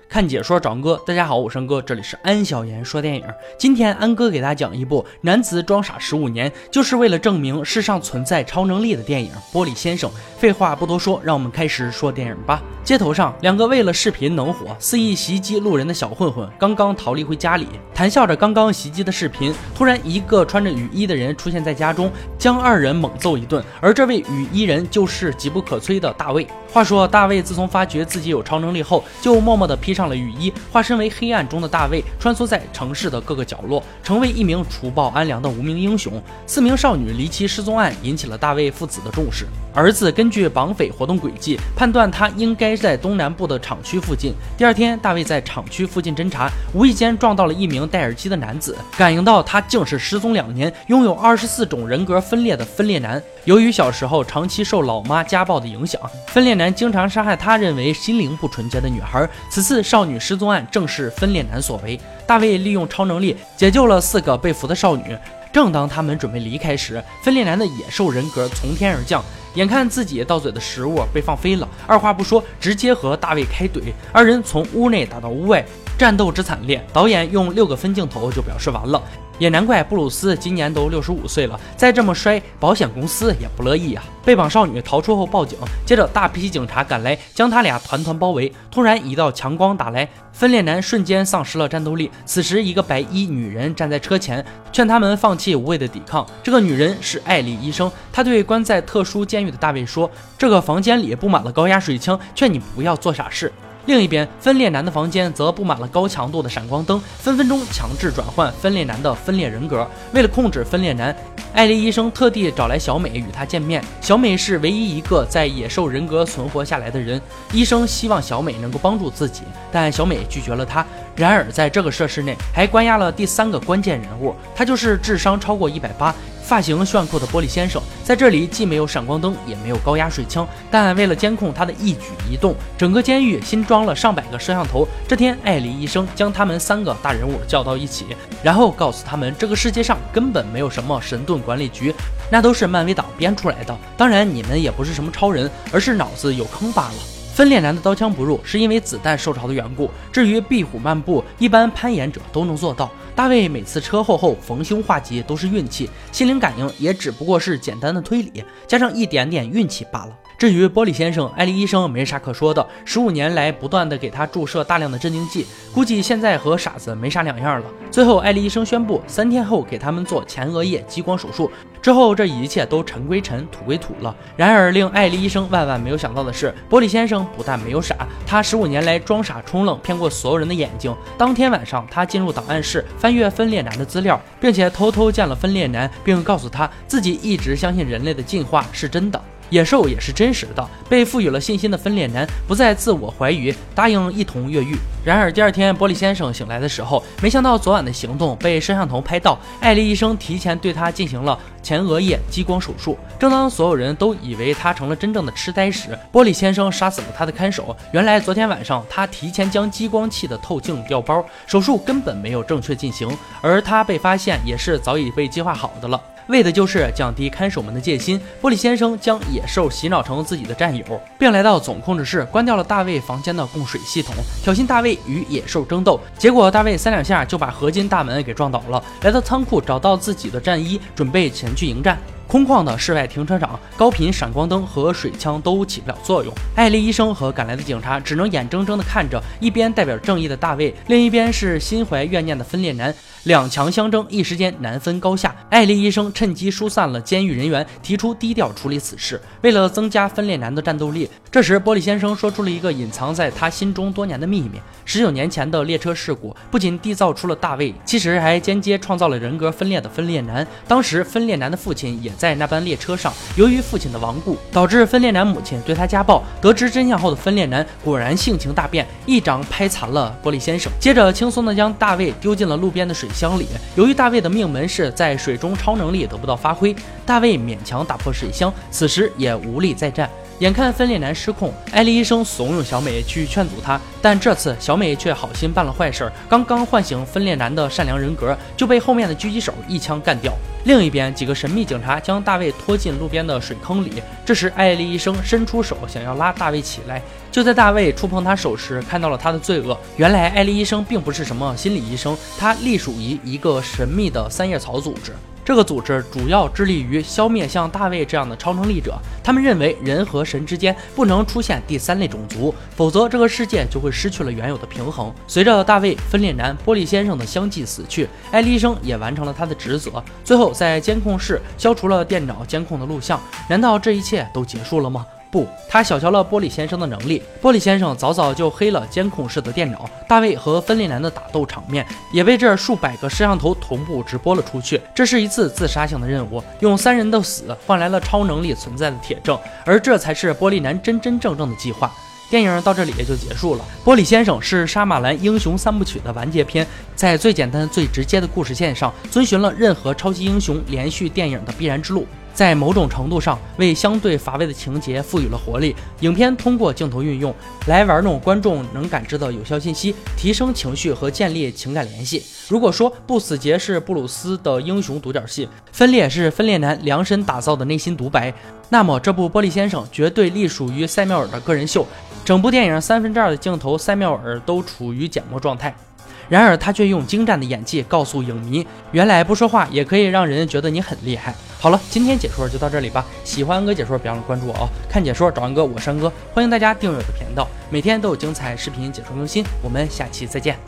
看解说找安哥，大家好，我是安哥，这里是安小言说电影。今天安哥给大家讲一部男子装傻15年，就是为了证明世上存在超能力的电影《玻璃先生》。废话不多说，让我们开始说电影吧。街头上，两个为了视频能火，肆意袭击路人的小混混刚刚逃离回家里，谈笑着刚刚袭击的视频，突然一个穿着雨衣的人出现在家中，将二人猛揍一顿，而这位雨衣人就是急不可摧的大卫。话说大卫自从发觉自己有超能力后，就默默地披上了雨衣，化身为黑暗中的大卫，穿梭在城市的各个角落，成为一名除暴安良的无名英雄。4名少女离奇失踪案引起了大卫父子的重视，儿子根据绑匪活动轨迹判断他应该在东南部的厂区附近。第二天，大卫在厂区附近侦查，无意间撞到了一名戴耳机的男子，感应到他竟是失踪2年，拥有24种人格分裂的分裂男。由于小时候长期受老妈家暴的影响，分裂男经常杀害他认为心灵不纯洁的女孩。此次少女失踪案正是分裂男所为。大卫利用超能力解救了4个被俘的少女。正当他们准备离开时，分裂男的野兽人格从天而降，眼看自己到嘴的食物被放飞了，二话不说直接和大卫开怼，二人从屋内打到屋外，战斗之惨烈，导演用6个分镜头就表示完了。也难怪布鲁斯今年都65岁了，再这么衰，保险公司也不乐意啊。被绑少女逃出后报警，接着大批警察赶来，将他俩团团包围。突然一道强光打来，分裂男瞬间丧失了战斗力。此时一个白衣女人站在车前，劝他们放弃无谓的抵抗。这个女人是艾丽医生，她对关在特殊监狱的大卫说，这个房间里布满了高压水枪，劝你不要做傻事。另一边，分裂男的房间则布满了高强度的闪光灯，分分钟强制转换分裂男的分裂人格。为了控制分裂男，艾丽医生特地找来小美与他见面。小美是唯一一个在野兽人格存活下来的人，医生希望小美能够帮助自己，但小美拒绝了他。然而在这个设施内还关押了第3个关键人物，他就是智商超过180、发型炫酷的玻璃先生。在这里既没有闪光灯，也没有高压水枪，但为了监控他的一举一动，整个监狱新装了上百个摄像头。这天，艾丽医生将他们3个大人物叫到一起，然后告诉他们，这个世界上根本没有什么神盾管理局，那都是漫威党编出来的。当然，你们也不是什么超人，而是脑子有坑罢了。分裂男的刀枪不入是因为子弹受潮的缘故，至于壁虎漫步，一般攀岩者都能做到。大卫每次车祸后逢凶化吉都是运气，心灵感应也只不过是简单的推理，加上一点点运气罢了。至于玻璃先生，艾丽医生没啥可说的，15年来不断的给他注射大量的镇定剂，估计现在和傻子没啥两样了。最后，艾丽医生宣布3天后给他们做前额叶激光手术，之后这一切都尘归尘，土归土了。然而令艾丽医生万万没有想到的是，玻璃先生不但没有傻，他15年来装傻充愣，骗过所有人的眼睛。当天晚上，他进入档案室翻阅分裂男的资料，并且偷偷见了分裂男，并告诉他自己一直相信人类的进化是真的，野兽也是真实的。被赋予了信心的分裂男不再自我怀疑，答应一同越狱。然而第二天玻璃先生醒来的时候，没想到昨晚的行动被摄像头拍到，艾丽医生提前对他进行了前额叶激光手术。正当所有人都以为他成了真正的痴呆时，玻璃先生杀死了他的看守。原来昨天晚上他提前将激光器的透镜调包，手术根本没有正确进行，而他被发现也是早已被计划好的了，为的就是降低看守们的戒心。玻璃先生将野兽洗脑成自己的战友，并来到总控制室关掉了大卫房间的供水系统，挑衅大卫与野兽争斗。结果大卫3-2下就把合金大门给撞倒了，来到仓库找到自己的战衣，准备前去迎战。空旷的室外停车场，高频闪光灯和水枪都起不了作用。艾丽医生和赶来的警察只能眼睁睁地看着，一边代表正义的大卫，另一边是心怀怨念的分裂男，两强相争，一时间难分高下。艾丽医生趁机疏散了监狱人员，提出低调处理此事，为了增加分裂男的战斗力。这时玻璃先生说出了一个隐藏在他心中多年的秘密：19年前的列车事故不仅缔造出了大卫，其实还间接创造了人格分裂的分裂男。当时分裂男的父亲也在那班列车上，由于父亲的亡故，导致分裂男母亲对他家暴。得知真相后的分裂男果然性情大变，一掌拍残了玻璃先生，接着轻松地将大卫丢进了路边的水箱里。由于大卫的命门是在水中超能力得不到发挥，大卫勉强打破水箱，此时也无力再战。 眼看分裂男失控，艾丽医生怂恿小美去劝阻他，但这次小美却好心办了坏事，刚刚唤醒分裂男的善良人格，就被后面的狙击手一枪干掉。另一边，几个神秘警察将大卫拖进路边的水坑里。这时，艾丽医生伸出手想要拉大卫起来，就在大卫触碰他手时，看到了他的罪恶。原来，艾丽医生并不是什么心理医生，他隶属于一个神秘的三叶草组织。这个组织主要致力于消灭像大卫这样的超能力者。他们认为人和神之间不能出现第三类种族，否则这个世界就会失去了原有的平衡。随着大卫、分裂男、玻璃先生的相继死去，艾丽医生也完成了他的职责。最后，在监控室消除了电脑监控的录像。难道这一切都结束了吗？不，他小瞧了玻璃先生的能力。玻璃先生早早就黑了监控室的电脑，大卫和分裂男的打斗场面也被这数百个摄像头同步直播了出去。这是一次自杀性的任务，用3人的死换来了超能力存在的铁证，而这才是玻璃男真正的计划。电影到这里也就结束了。玻璃先生是杀马兰英雄3部曲的完结篇，在最简单最直接的故事线上，遵循了任何超级英雄连续电影的必然之路。在某种程度上为相对乏味的情节赋予了活力。影片通过镜头运用来玩弄观众能感知的有效信息，提升情绪和建立情感联系。如果说不死劫是布鲁斯的英雄独角戏，分裂是分裂男量身打造的内心独白，那么这部玻璃先生绝对隶属于塞缪尔的个人秀。整部电影2/3的镜头塞缪尔都处于缄默状态，然而他却用精湛的演技告诉影迷，原来不说话也可以让人觉得你很厉害。好了，今天解说就到这里吧。喜欢安哥解说别忘了关注我哦。看解说找安哥，我是安哥，欢迎大家订阅我的频道，每天都有精彩视频解说更新。我们下期再见。